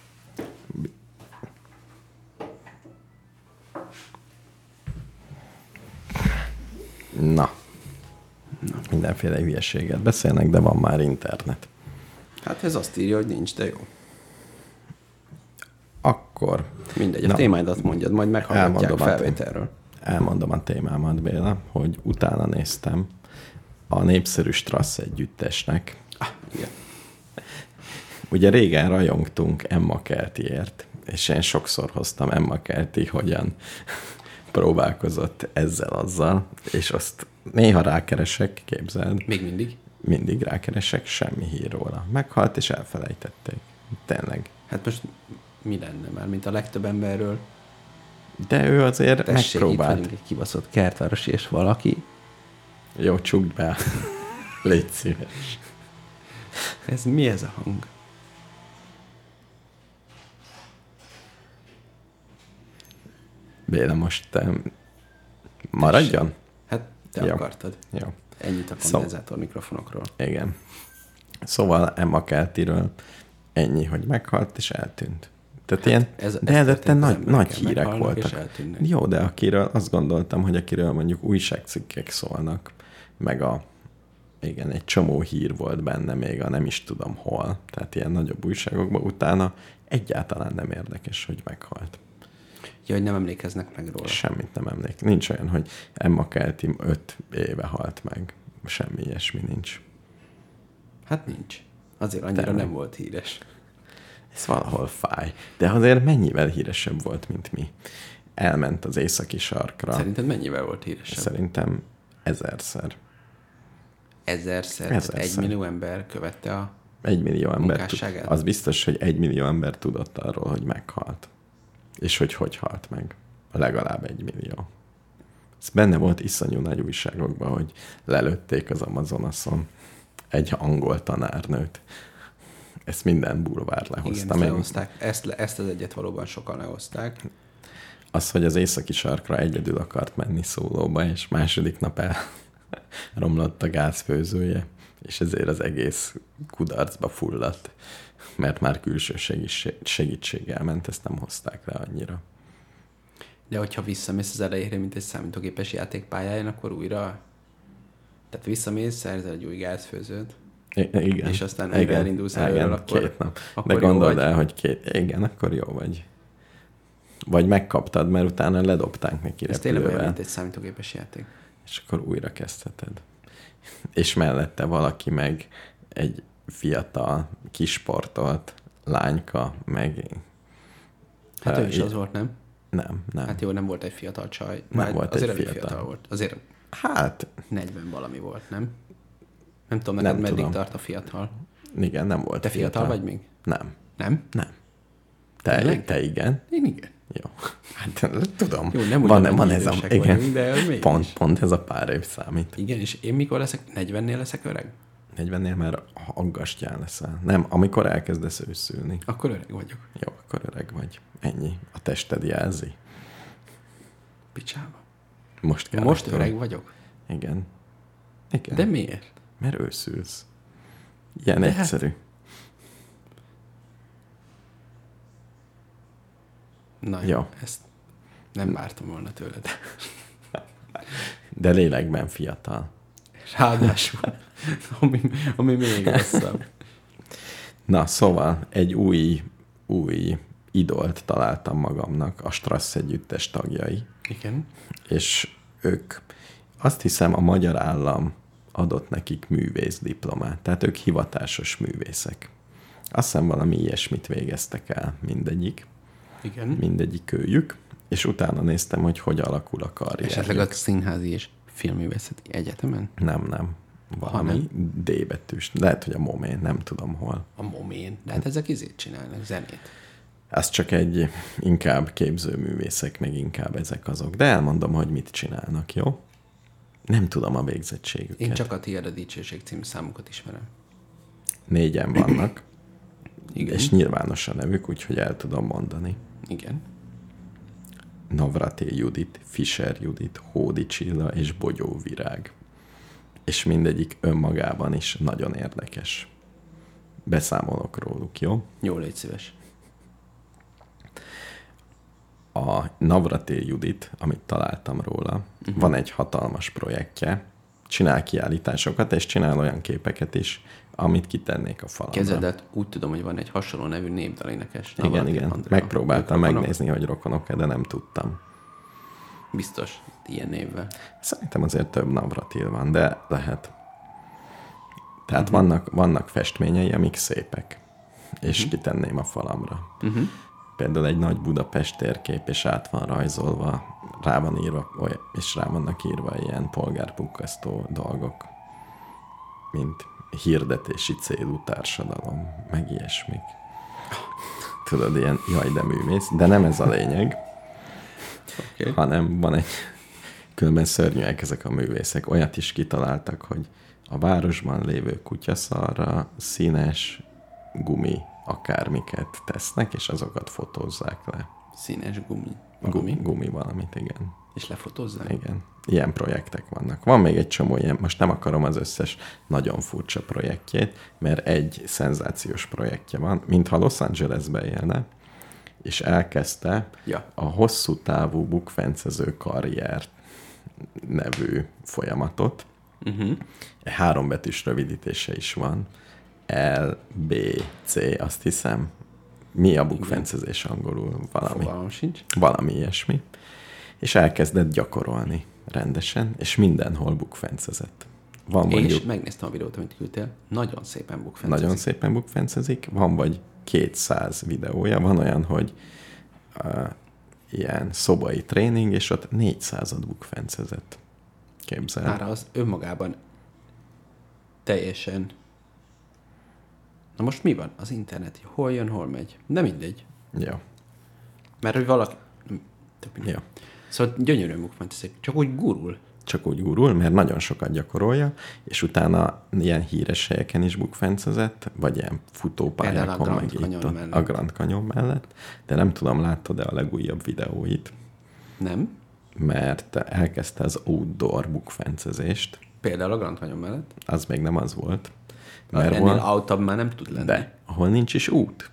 Na. Na. Mindenféle hülyeséget beszélnek, de van már internet. Hát ez azt írja, hogy nincs, de jó. Akkor... Mindegy, a Na, témádat mondjad, majd meghallgatják felvételről. Elmondom a témámat, Béla, hogy utána néztem a népszerű Strassz együttesnek. Ah, igen. Ugye régen rajongtunk Emma Keltiért, és én sokszor hoztam Emma Kelti, hogyan próbálkozott ezzel-azzal, és azt néha rákeresek, képzeld. Még mindig? Mindig rákeresek, semmi hír róla. Meghalt, és elfelejtették. Tényleg. Hát most mi lenne már, mint a legtöbb emberről? De ő azért Tessék, megpróbált. itt egy kibaszott kertvárosi és valaki. Jó, csukd be. Légy szíves. Ez mi ez a hang? Béla, most um, maradjon? Hát te Jó. akartad. Jó. Ennyit a kondenzátor szó... mikrofonokról. Igen. Szóval Emma Keltiről ennyi, hogy meghalt és eltűnt. Tehát hát ilyen, ez, de előtte nagy, nagy hírek voltak. Jó, de akiről azt gondoltam, hogy akiről mondjuk újságcikkek szólnak, meg a, igen, egy csomó hír volt benne még a nem is tudom hol, tehát ilyen nagyobb újságokban, utána egyáltalán nem érdekes, hogy meghalt. Ja, hogy nem emlékeznek meg róla. Semmit nem emlék. Nincs olyan, hogy Emma Kelti öt éve halt meg. semmi ilyesmi nincs. Hát nincs. Azért annyira Tényleg. nem volt híres. Ez valahol fáj. De azért mennyivel híresebb volt, mint mi. Elment az északi sarkra. Szerinted mennyivel volt híresebb? Szerintem ezerszer. Ezerszer. Ezerszer. Egy millió ember követte a Egy millió ember. munkásságát? Az biztos, hogy egy millió ember tudott arról, hogy meghalt. És hogy hogy halt meg. Legalább egy millió. Ez benne volt iszonyú nagy újságokban, hogy lelőtték az Amazonason egy angol tanárnőt. Ezt minden bulvár lehozta. Igen, meg. lehozták. Ezt, le- ezt az egyet valóban sokan lehozták. Az, hogy az északi sarkra egyedül akart menni szólóba, és második nap el romlott a gázfőzője, és ezért az egész kudarcba fulladt, mert már külső segítség- segítséggel ment, ezt nem hozták le annyira. De hogyha visszamész az elejére, mint egy számítógépes játékpályáján, akkor újra... Tehát visszamész, szerzel egy új gázfőzőt, I- igen. és aztán újra elindulsz előről, akkor- két nap. akkor De jó gondold vagy. el, hogy két... Igen, akkor jó vagy. Vagy megkaptad, mert utána ledobták neki ez tényleg olyan, repülővel, mint egy számítógépes játék. és akkor újra kezdheted. És mellette valaki meg egy fiatal, kisportolt lányka, meg... Hát Ha, ő is így- az volt, nem? Nem, nem. Hát jó, nem volt egy fiatal csaj. Nem Már volt azért egy elég fiatal. fiatal volt. Azért Hát, negyven valami volt, nem? Nem tudom, Nem neked meddig tudom. tart a fiatal. igen, nem volt Te fiatal vagy még? Nem, Nem? nem. Te, Tényleg? te igen. Én igen. Jó. Hát tudom. Jó, nem van, ugyanannyi van ez a, idősek igen, vagyunk, de mégis. pont, pont ez a pár év számít. Igen, és én mikor leszek? negyvennél leszek öreg? negyvennél már aggastyán leszel. Nem, amikor elkezdesz őszülni. Akkor öreg vagyok. Jó, akkor öreg vagy. Ennyi. A tested jelzi. Picsába. Most kell. Most attól. öreg vagyok. Igen. Igen. De miért? Mert őszülsz. Ilyen De egyszerű. Na Jó. jó, ezt nem vártam volna tőled. De lélekben fiatal. Ráadásul, ami, ami még rosszabb. Na, szóval egy új, új idolt találtam magamnak, a Strassz együttes tagjai, Igen. és ők, azt hiszem, a magyar állam adott nekik művész diplomát, tehát ők hivatásos művészek. Azt hiszem valami ilyesmit végeztek el mindegyik, Igen. mindegyik őjük, és utána néztem, hogy hogy alakul a karrierjük. Esetleg a Színházi és Filmművészeti Egyetemen? Nem, nem. Valami D betűs. Lehet, hogy a Momén, nem tudom hol. A Momén. De hát ezek izét csinálnak, zenét. Ez csak egy inkább képzőművészek, meg inkább ezek azok. De elmondom, hogy mit csinálnak, jó? Nem tudom a végzettségüket. Én csak a Tiéd a Dicsőség című számukat ismerem. Négyen vannak, Igen. és nyilvános a nevük, úgyhogy el tudom mondani. Igen. Navratil Judit, Fischer Judit, Hódi Csilla és Bogyó Virág. És mindegyik önmagában is nagyon érdekes. Beszámolok róluk, jó? Jó, légy szíves. A Navratil Judit, amit találtam róla, uh-huh. van egy hatalmas projektje, csinál kiállításokat, és csinál olyan képeket is, amit kitennék a falamra. Kezedet úgy tudom, hogy van egy hasonló nevű népdalénekes. Igen, Navratil igen. Andrea. Megpróbáltam Ők rokonok? megnézni, hogy rokonok-e, de nem tudtam. Biztos, ilyen névvel. Szerintem azért több Navratil van, de lehet. Tehát uh-huh. vannak, vannak festményei, amik szépek, és uh-huh. kitenném a falamra. Uh-huh. Például egy nagy Budapest térkép, és át van rajzolva, rá van írva, és rá vannak írva ilyen polgárpukkasztó dolgok, mint hirdetési célú társadalom, meg ilyesmik. Tudod, ilyen jaj, de művész, de nem ez a lényeg, Okay. hanem van egy, különben szörnyűek ezek a művészek, olyat is kitaláltak, hogy a városban lévő kutyaszarra színes gumi akármiket tesznek, és azokat fotózzák le. Színes gumi. Gumi, gumi valamit, igen. És lefotózzák? Igen. Ilyen projektek vannak. Van még egy csomó ilyen, most nem akarom az összes nagyon furcsa projektjét, mert egy szenzációs projektje van, mintha Los Angelesbe élne, és elkezdte Ja. a hosszú távú bukfencező karrier nevű folyamatot. Uh-huh. Három betűs rövidítése is van. L, B, C, azt hiszem. Mi a bukfencezés angolul? Valami. Fogalmam sincs. Valami ilyesmi. És elkezdett gyakorolni rendesen, és mindenhol bukfencezett. van mondjuk... És megnéztem a videót, amit küldtél, nagyon szépen bukfencezik. Nagyon szépen bukfencezik, van vagy kétszáz videója, van olyan, hogy uh, ilyen szobai tréning, és ott négyszázat bukfencezett. Képzel. Már az önmagában teljesen... Na most mi van? Az internet. Hol jön, hol megy? De mindegy. Ja. Mert hogy valaki... Ja. Szóval gyönyörűen bukfencezik. Csak úgy gurul. Csak úgy gurul, mert nagyon sokat gyakorolja, és utána ilyen híres helyeken is bukfencezett, vagy ilyen futópályákon, meg itt a, a Grand Canyon mellett. De nem tudom, láttad-e a legújabb videóit? Nem. Mert elkezdte az outdoor bukfencezést. Például a Grand Canyon mellett? Az még nem az volt. Mert ennél outabb már nem tud lenni. De, ahol nincs is út.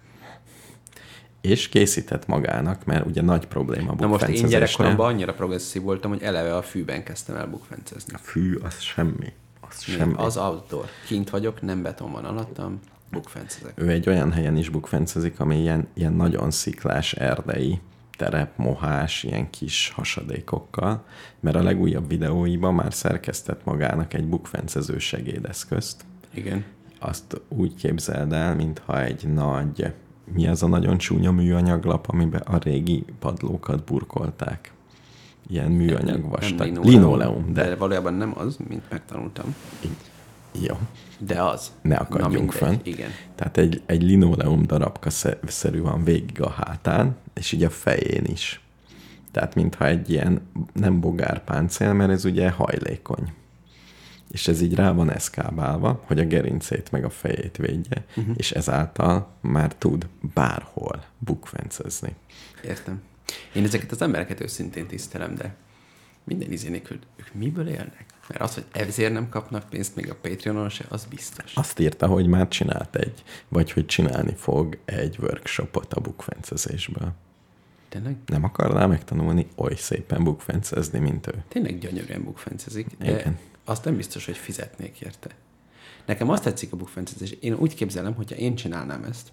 És készített magának, mert ugye nagy probléma a bukfencezésnél. Na most én gyerekkoromban annyira progresszív voltam, hogy eleve a fűben kezdtem el bukfencezni. A fű, az semmi. Az, semmi. az outdoor. Kint vagyok, nem beton van alattam, bukfencezek. Ő egy olyan helyen is bukfencezik, ami ilyen, ilyen nagyon sziklás erdei terep, mohás, ilyen kis hasadékokkal, mert a legújabb videóiban már szerkesztett magának egy bukfencező segédeszközt. Igen. Azt úgy képzeld el, mintha egy nagy... Mi az a nagyon csúnya műanyaglap, amiben a régi padlókat burkolták? Ilyen műanyag vastag. Nem Linoleum. De... de valójában nem az, mint megtanultam. Jó. De az. Ne akadjunk fönn. Igen. Tehát egy, egy linoleum darabka szerű van végig a hátán, és így a fején is. Tehát mintha egy ilyen nem bogárpáncél, mert ez ugye hajlékony. És ez így rá van eszkábálva, hogy a gerincét meg a fejét védje, uh-huh. és ezáltal már tud bárhol bukfencezni. Értem. Én ezeket az embereket őszintén tisztelem, de minden izé nélkül ők miből élnek? Mert az, hogy ezért nem kapnak pénzt még a Patreonon se, az biztos. Azt írta, hogy már csinált egy, vagy hogy csinálni fog egy workshopot a bukfencezésből. Tényleg? Nem akarnál megtanulni oly szépen bukfencezni, mint ő? Tényleg gyönyörűen bukfencezik, de igen. Azt nem biztos, hogy fizetnék érte. Nekem azt tetszik a bukfencezés. Én úgy képzelem, hogyha én csinálnám ezt,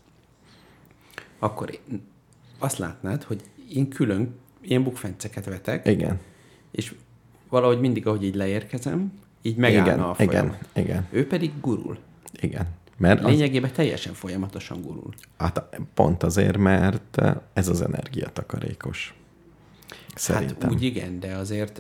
akkor én azt látnád, hogy én külön ilyen bukfenceket vetek, Igen. és valahogy mindig, ahogy így leérkezem, így megállna igen, a folyamat. Igen, igen. Ő pedig gurul. Igen. Mert lényegében az... teljesen folyamatosan gurul. Hát pont azért, mert ez az energiatakarékos. Szerintem. Hát úgy igen, de azért...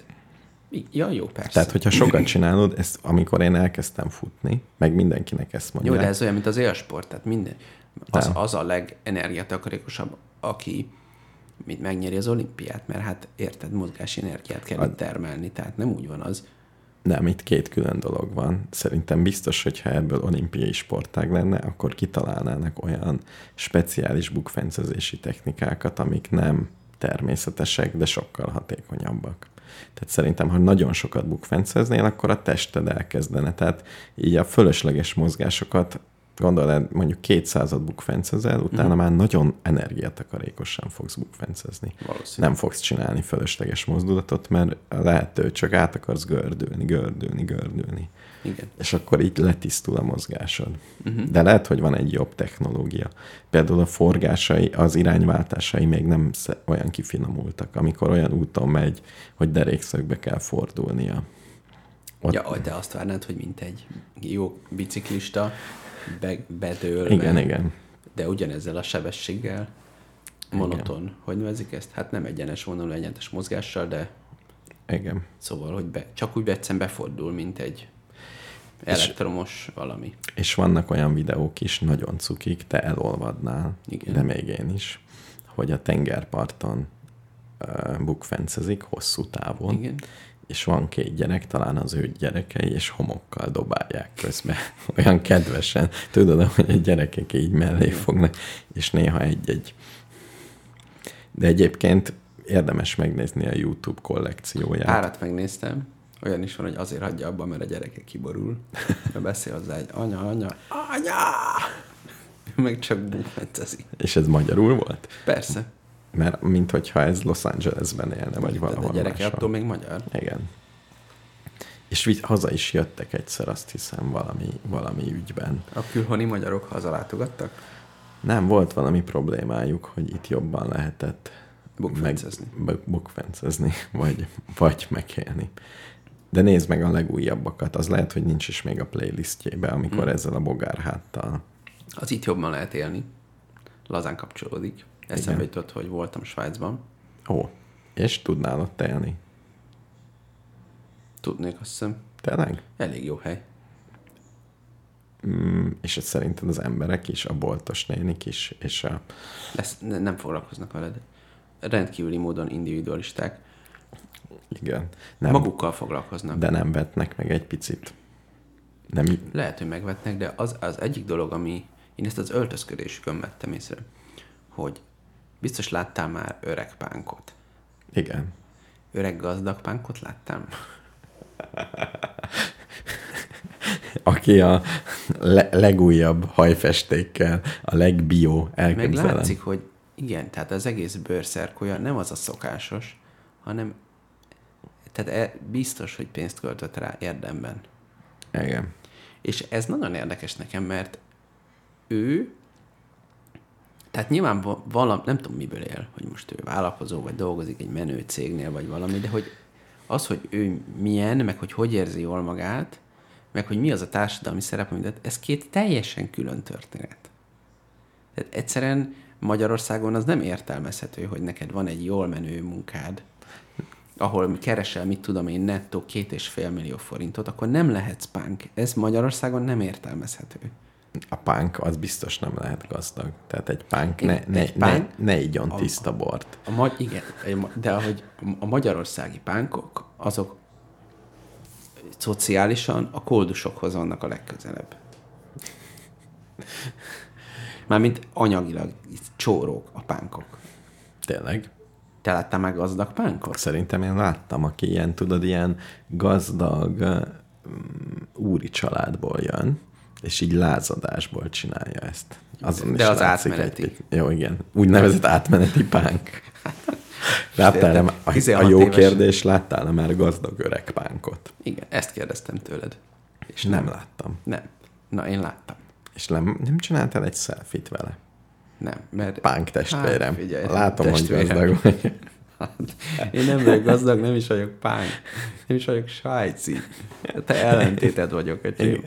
Ja, jó, persze. Tehát, hogyha sokat csinálod, ezt, amikor én elkezdtem futni, meg mindenkinek ezt mondják. Jó, de ez olyan, mint az élsport, tehát minden. Az, az a legenergiatakarékosabb, aki mit megnyeri az olimpiát, mert hát érted, mozgási energiát kell a... termelni, tehát nem úgy van az. Nem, itt két külön dolog van. Szerintem biztos, hogyha ebből olimpiai sportág lenne, akkor kitalálnának olyan speciális bukfencezési technikákat, amik nem természetesek, de sokkal hatékonyabbak. Tehát szerintem, ha nagyon sokat bukfenceznél, akkor a tested elkezdene. Tehát így a fölösleges mozgásokat, gondolod, mondjuk kétszázat bukfencezel, utána mm. már nagyon energiatakarékosan fogsz bukfencezni. Nem fogsz csinálni fölösleges mozdulatot, mert lehet, csak át akarsz gördülni, gördülni, gördülni. Igen. És akkor így letisztul a mozgásod. Uh-huh. De lehet, hogy van egy jobb technológia. Például a forgásai, az irányváltásai még nem olyan kifinomultak, amikor olyan úton megy, hogy derékszögbe kell fordulnia. Ott... Ja, de azt várnád, hogy mint egy jó biciklista be, bedől. Igen, igen. De ugyanezzel a sebességgel monoton. Igen. Hogy nevezik ezt? Hát nem egyenes vonalú, egyenes mozgással, de igen. Szóval, hogy be, csak úgy egyszerűen befordul, mint egy elektromos és, valami. És vannak olyan videók is, nagyon cukik, te elolvadnál, igen. de még én is, hogy a tengerparton uh, bukfencezik hosszú távon, igen. és van két gyerek, talán az ő gyerekei, és homokkal dobálják közben. Olyan kedvesen. Tudod, hogy a gyerekek így mellé igen. fognak, és néha egy-egy. De egyébként érdemes megnézni a YouTube kollekcióját. Párat megnéztem. Olyan is van, hogy azért hagyja abba, mert a gyereke kiborul. Mert beszél hozzá egy anya, anya, anya! Meg csak bukfencezik. És ez magyarul volt? Persze. Mert minthogyha ez Los Angelesben élne, vagy valahol. A gyereke attól még magyar. Igen. És haza is jöttek egyszer, azt hiszem, valami, valami ügyben. A külhoni magyarok hazalátogattak? Nem, volt valami problémájuk, hogy itt jobban lehetett bukfencezni, meg, bukfencezni vagy, vagy megélni. De nézd meg a legújabbakat, az lehet, hogy nincs is még a playlistjébe, amikor hmm. ezzel a bogárháttal. Az itt jobban lehet élni. Lazán kapcsolódik. Eszembe jutott, hogy voltam Svájcban. Ó, és tudnál ott élni? Tudnék, azt hiszem. Tényleg? Elég jó hely. Mm, és ez szerinted az emberek is, a boltos nénik is, és a... Lesz, ne, nem foglalkoznak veled. Rendkívüli módon individualisták. Igen. Nem, Magukkal foglalkoznak. De nem vetnek meg egy picit. Nem... Lehet, hogy megvetnek, de az, az egyik dolog, ami... Én ezt az öltözködésükön vettem észre, hogy biztos láttál már öreg pánkot. Igen. Öreg gazdag pánkot láttam? Aki a le- legújabb hajfestékkel, a legbio elképzelem. Meg látszik, hogy igen, tehát az egész bőrszerkója nem az a szokásos, hanem tehát e, biztos, hogy pénzt költött rá érdemben. Igen. És ez nagyon érdekes nekem, mert ő, tehát nyilván valami, nem tudom miből él, hogy most ő vállalkozó, vagy dolgozik egy menő cégnél, vagy valami, de hogy az, hogy ő milyen, meg hogy hogy érzi jól magát, meg hogy mi az a társadalmi szerep, amit ez két teljesen külön történet. Tehát egyszerűen Magyarországon az nem értelmezhető, hogy neked van egy jól menő munkád, ahol keresel, mit tudom én, nettó két és fél millió forintot, akkor nem lehetsz punk. Ez Magyarországon nem értelmezhető. A punk az biztos nem lehet gazdag. Tehát egy punk Én, ne, ne, egy punk, ne, ne igyon a, tiszta bort. A, a, igen, de ahogy a magyarországi pánkok, azok szociálisan a koldusokhoz vannak a legközelebb. Mármint anyagilag csórók a pánkok. Tényleg? Te láttál meg gazdag pánkot? Szerintem én láttam, aki ilyen, tudod, ilyen gazdag um, úri családból jön, és így lázadásból csinálja ezt. Azon de az átmeneti. Egy, jó, igen. Úgynevezett átmeneti pánk. Láttál-e, a, a jó éves. kérdés, láttál-e már gazdag öreg pánkot? Igen, ezt kérdeztem tőled. És nem, nem láttam. Nem. Na, én láttam. És nem, nem csináltál egy selfie-t vele? Nem, mert... Pánk testvérem. Hát, figyelj, látom, testvérem. Hogy gazdag vagy. Hát, én nem vagyok gazdag, nem is vagyok pánk. Nem is vagyok svájci. Te ellentéted vagyok, öcsém.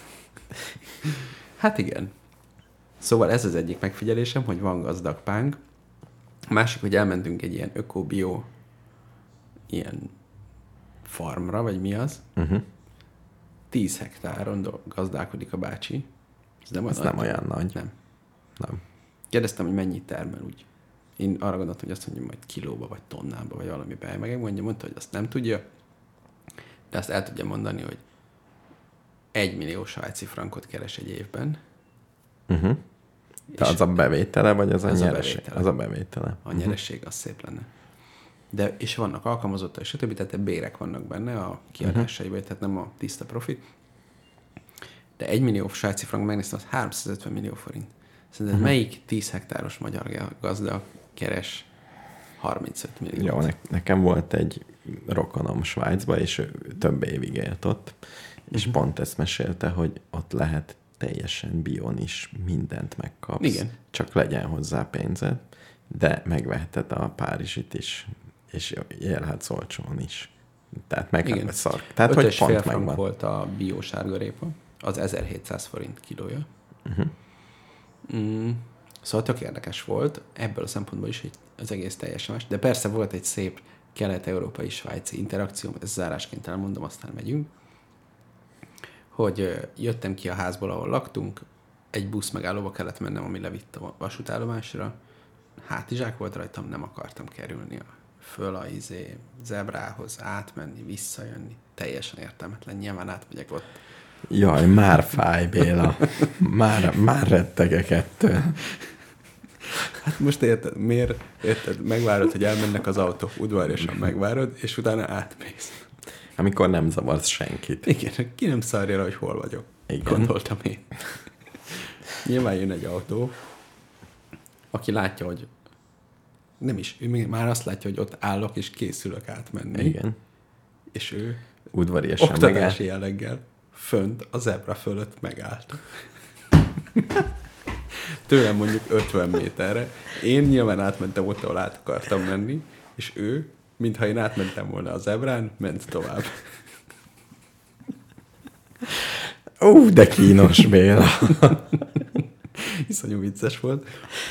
Hát igen. Szóval ez az egyik megfigyelésem, hogy van gazdag pánk. A másik, hogy elmentünk egy ilyen öko-bio ilyen farmra, vagy mi az. Uh-huh. Tíz hektáron gazdálkodik a bácsi. Ez nem, ez nem olyan nagy. Nem. Nem. Kérdeztem, hogy mennyit termel úgy. Én arra gondoltam, hogy azt mondja, majd kilóba, vagy tonnába, vagy valamiben. Meg mondja, mondta, hogy azt nem tudja, de azt el tudja mondani, hogy egy millió svájci frankot keres egy évben. Uh-huh. De az a bevétele, vagy az, az a nyereség? Bevétele. Az a bevétele. A nyereség, uh-huh. az szép lenne. De, és vannak alkalmazottak, és a többi, tehát bérek vannak benne a kiadásaiban, uh-huh. tehát nem a tiszta profit. De egy millió svájci frank, megnéztem, az háromszázötven millió forint. Szerinted uh-huh. melyik tíz hektáros magyar gazda keres harmincöt milliót? Jó, ne- nekem volt egy rokonom Svájcba, és ő több évig élt ott, és uh-huh. pont ezt mesélte, hogy ott lehet teljesen bion is mindent megkapsz. Igen. Csak legyen hozzá pénzed, de megveheted a párizsit is, és élhetsz olcsón is. Tehát meg szar. Tehát, hogy pont megvan. Volt a bio sárgarépa, az ezerhétszáz forint kilója. Uh-huh. Mm, szóval tök érdekes volt, ebből a szempontból is, hogy az egész teljesen más. De persze volt egy szép kelet-európai svájci interakció, ezt zárásként elmondom, aztán megyünk, hogy jöttem ki a házból, ahol laktunk, egy busz megállóba kellett mennem, ami levitt a vasútállomásra. Hátizsák volt rajtam, nem akartam kerülni a föl a izé, zebrához, átmenni, visszajönni. Teljesen értelmetlen, nyilván átmegyek ott. Jaj, már fáj, Béla. Már, már rettegek ettől. Hát most érted, miért? Érted, megvárod, hogy elmennek az autók, udvariasan megvárod, és utána átmész. Amikor nem zavarsz senkit. Igen, ki nem szarja rá, hogy hol vagyok. Igen. Gondoltam én. Nyilván jön egy autó, aki látja, hogy nem is, ő még már azt látja, hogy ott állok, és készülök átmenni. Igen. És ő udvariasan oktatási jelleggel fönt a zebra fölött megállt. Tőlem mondjuk ötven méterre. Én nyilván átmentem ott, ahol át akartam menni, és ő, mintha én átmentem volna a zebrán, ment tovább. Ó, de kínos, Béla. Iszonyú vicces volt.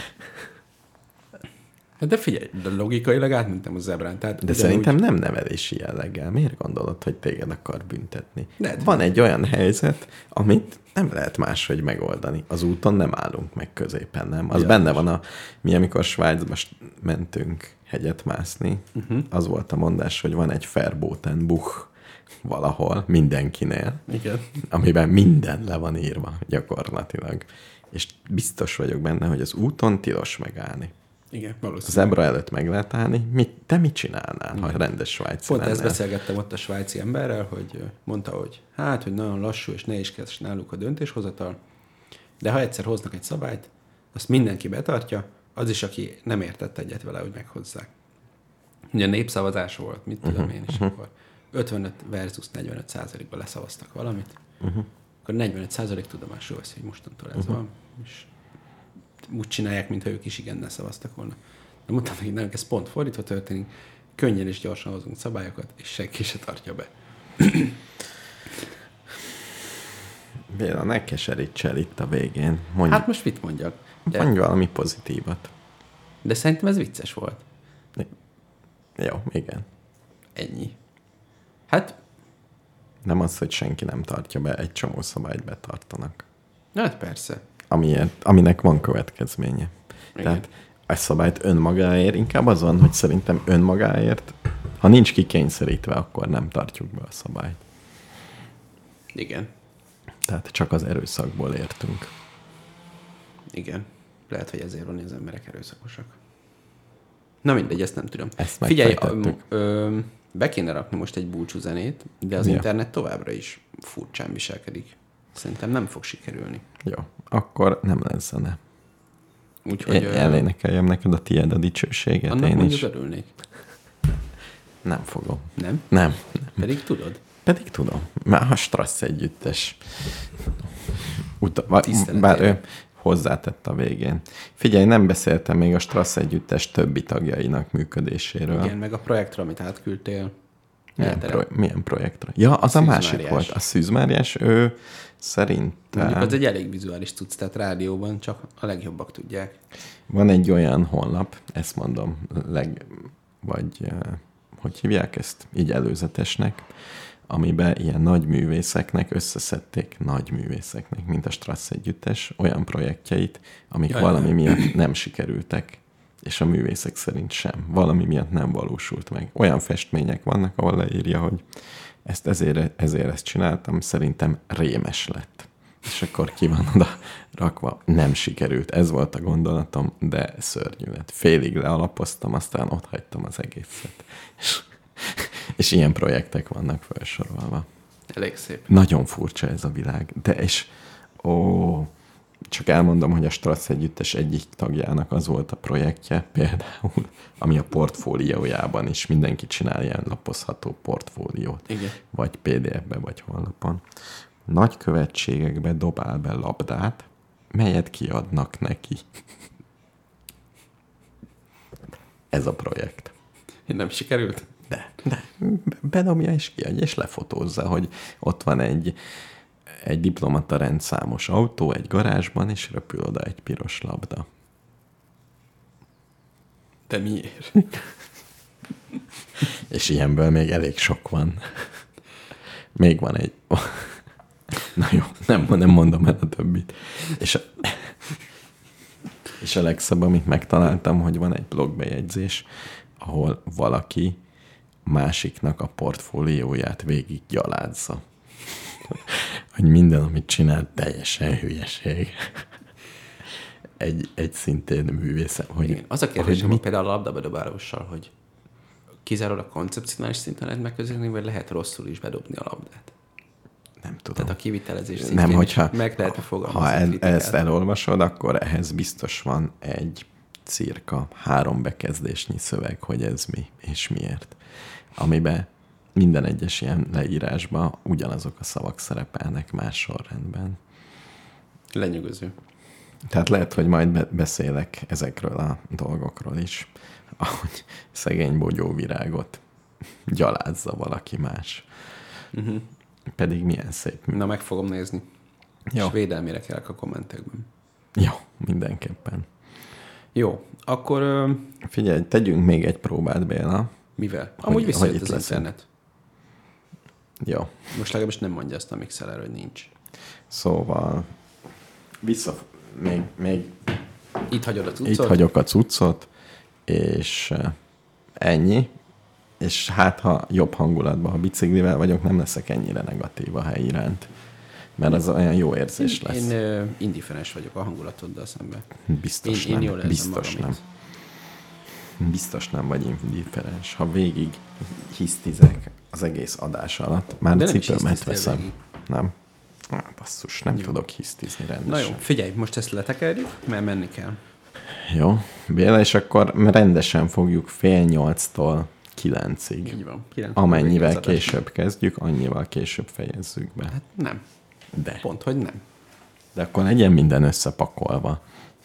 De figyelj, de logikailag átmentem a zebrán. Tehát de szerintem úgy... nem nevelési jelleggel. Miért gondolod, hogy téged akar büntetni? Lehet, van egy olyan helyzet, amit nem lehet máshogy megoldani. Az úton nem állunk meg középen, nem? Az ja, benne van a... Mi, amikor Svájcba mentünk hegyet mászni, uh-huh. az volt a mondás, hogy van egy Verbotenbuch valahol, mindenkinél. Igen. Amiben minden le van írva gyakorlatilag. És biztos vagyok benne, hogy az úton tilos megállni. Igen, valószínűleg. Az zebra előtt meg lehet állni. Mit, te mit csinálnál, igen. ha rendes svájci Pont lennél? ezt beszélgettem ott a svájci emberrel, hogy mondta, hogy hát, hogy nagyon lassú és nehézkes náluk a döntéshozatal, de ha egyszer hoznak egy szabályt, azt mindenki betartja, az is, aki nem értett egyet vele, hogy meghozzák. Ugye népszavazás volt, mit tudom uh-huh, én is, uh-huh. akkor ötvenöt versus negyvenöt százalékban leszavaztak valamit, uh-huh. akkor negyvenöt százalék tudomásul veszi, hogy mostantól ez uh-huh. van, és úgy csinálják, mintha ők is igennel szavaztak volna. De mondtam neki, nem, ez pont fordítva történik, könnyen és gyorsan hozunk szabályokat, és senki se tartja be. Béla, ne keserítsel itt a végén. Mondj, hát most mit mondjak? De... Mondj valami pozitívat. De szerintem ez vicces volt. Jó, igen. Ennyi. Hát... Nem az, hogy senki nem tartja be, egy csomó szabályt betartanak. Hát persze. Amiért, aminek van következménye. Igen. Tehát a szabályt önmagáért, inkább az van, hogy szerintem önmagáért, ha nincs kikényszerítve, akkor nem tartjuk be a szabályt. Igen. Tehát csak az erőszakból értünk. Igen. Lehet, hogy ezért van, hogy az emberek erőszakosak. Na mindegy, ezt nem tudom. Ezt figyelj, ö, ö, be kéne rakni most egy búcsú zenét, de az ja. internet továbbra is furcsán viselkedik. Szerintem nem fog sikerülni. Jó, akkor nem lesz zene. Úgyhogy... Én elénekeljem neked a tiéd a dicsőséget, annak én mondjuk is. örülnék. Nem fogom. Nem? Nem. nem. Pedig tudod? Pedig tudom. Már a Strassz együttes. Uta- bár ő hozzátett a végén. Figyelj, nem beszéltem még a Strassz együttes többi tagjainak működéséről. Igen, meg a projektről, amit átküldtél. Milyen, pro- milyen projektre? Ja, az a, a másik volt. A Szűz Máriás, ő szerintem... Mondjuk az egy elég vizuális cucc, tehát rádióban csak a legjobbak tudják. Van egy olyan honlap, ezt mondom, leg, vagy hogy hívják ezt? Így előzetesnek, amiben ilyen nagy művészeknek összeszedték nagy művészeknek, mint a Strassz együttes, olyan projektjeit, amik Jaj, valami miatt nem sikerültek, és a művészek szerint sem. Valami miatt nem valósult meg. Olyan festmények vannak, ahol leírja, hogy ezt ezért, ezért ezt csináltam, szerintem rémes lett. És akkor ki van oda rakva. Nem sikerült. Ez volt a gondolatom, de szörnyű lett. Félig lealapoztam, aztán ott hagytam az egészet. És, és ilyen projektek vannak felsorolva. Elég szép. Nagyon furcsa ez a világ. De és ó... Csak elmondom, hogy a Strassz együttes egyik tagjának az volt a projektje, például, ami a portfóliójában is mindenki csinál ilyen lapozható portfóliót. Igen. Vagy pé dé ef-be, vagy honlapon. Nagy követségekbe dobál be labdát, melyet kiadnak neki. Ez a projekt. Nem sikerült? De, de bedobja és kiadja, és lefotózza, hogy ott van egy egy diplomata rendszámos autó egy garázsban, és repül oda egy piros labda. De miért? És ilyenből még elég sok van. Még van egy... Na jó, nem, nem mondom el a többit. És a, és a legszebb, amit megtaláltam, hogy van egy blogbejegyzés, ahol valaki másiknak a portfólióját végig gyalázza. Hogy minden, amit csinál, teljesen hülyeség. Egy, egy szintén művészet. Hogy, igen. Az a kérdés, hogy például a labdabedobálóssal, hogy kizárólag koncepcionális szinten lehet megközelíteni, vagy lehet rosszul is bedobni a labdát? Nem tudom. Tehát a kivitelezés szintén nem, hogyha, meg lehet fogalmazni. Ha el, ezt elolvasod, akkor ehhez biztos van egy cirka három bekezdésnyi szöveg, hogy ez mi és miért. Amiben minden egyes ilyen leírásban ugyanazok a szavak szerepelnek más sorrendben. Lenyűgöző. Tehát lehet, hogy majd beszélek ezekről a dolgokról is, ahogy szegény bogyóvirágot gyalázza valaki más. Uh-huh. Pedig milyen szép. Na, meg fogom nézni. Jó. És védelmére kellek a kommentekben. Jó, mindenképpen. Jó, akkor... Ö... Figyelj, tegyünk még egy próbát, Béla. Mivel? Amúgy visszajött az leszünk. internet. Jó. Most legalábbis nem mondja azt a mixeler, hogy nincs. Szóval vissza... Még, még Itt hagyod a cuccot? itt hagyok a cuccot, és ennyi. És hát, ha jobb hangulatban, ha biciklivel vagyok, nem leszek ennyire negatív a hely iránt. Mert az olyan jó érzés én, lesz. Én uh, indiferens vagyok a hangulatoddal szemben. Biztos én, nem. Én jól Biztos nem. Biztos nem vagy indiferens. Ha végig hisztizek az egész adás alatt, már de cipőmet veszem. Végig. Nem. Ah, basszus, nem jó. Tudok hisztizni rendesen. Na jó, figyelj, most ezt letekerjük, mert menni kell. Jó, Béla, és akkor rendesen fogjuk fél nyolctól kilencig. Így van. Kilenc Amennyivel később kezdjük, annyival később fejezzük be. Hát nem. De. Pont, hogy nem. De akkor legyen minden összepakolva.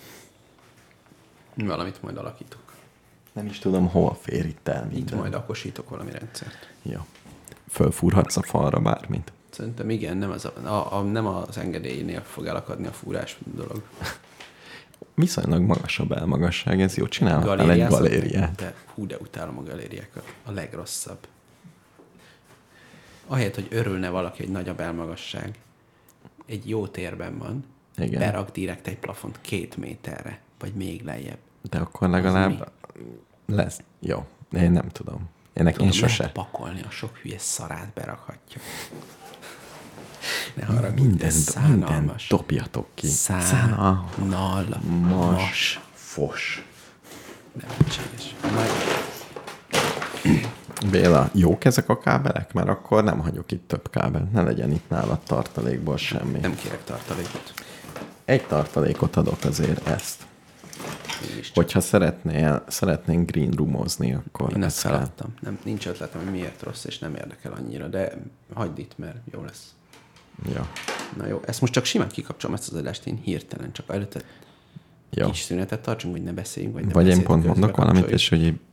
Valamit majd alakítok. Nem is tudom, hol fér itt el minden. Itt majd akosítok valami rendszert. Jó. Fölfúrhatsz a falra bármit? Szerintem igen, nem az, a, a, a, nem az engedélynél fog elakadni a fúrás dolog. Viszonylag magas a belmagasság, ez jó. Csinálhatnál egy galériát. De, hú, de utálom a galériákat. A legrosszabb. Ahelyett, hogy örülne valaki, egy nagyobb elmagasság, egy jó térben van, igen. Berak direkt egy plafont két méterre, vagy még lejjebb. De akkor legalább lesz. Jó, én nem tudom. Én, tudom, én sose. Lehet pakolni, a sok hülye szarát berakhatja. Ne haragudj, minden, minden dobjatok ki. Szánal, nal, mas, fos. Nevetséges. Béla, jók ezek a kábelek? Mert akkor nem hagyok itt több kábel. Ne legyen itt nálad tartalékból semmi. Nem kérek tartalékot. Egy tartalékot adok azért ezt. Hogyha szeretnél, szeretnénk green roomozni, akkor... Én ezt feladtam. Nem, nincs ötletem, hogy miért rossz, és nem érdekel annyira, de hagyd itt, mert jó lesz. Ja. Na jó, ezt most csak simán kikapcsolom ezt az adást, én hirtelen, csak előtte jó. Kis szünetet tartsunk, hogy ne beszéljünk, vagy ne vagy én pont mondok valamit, és hogy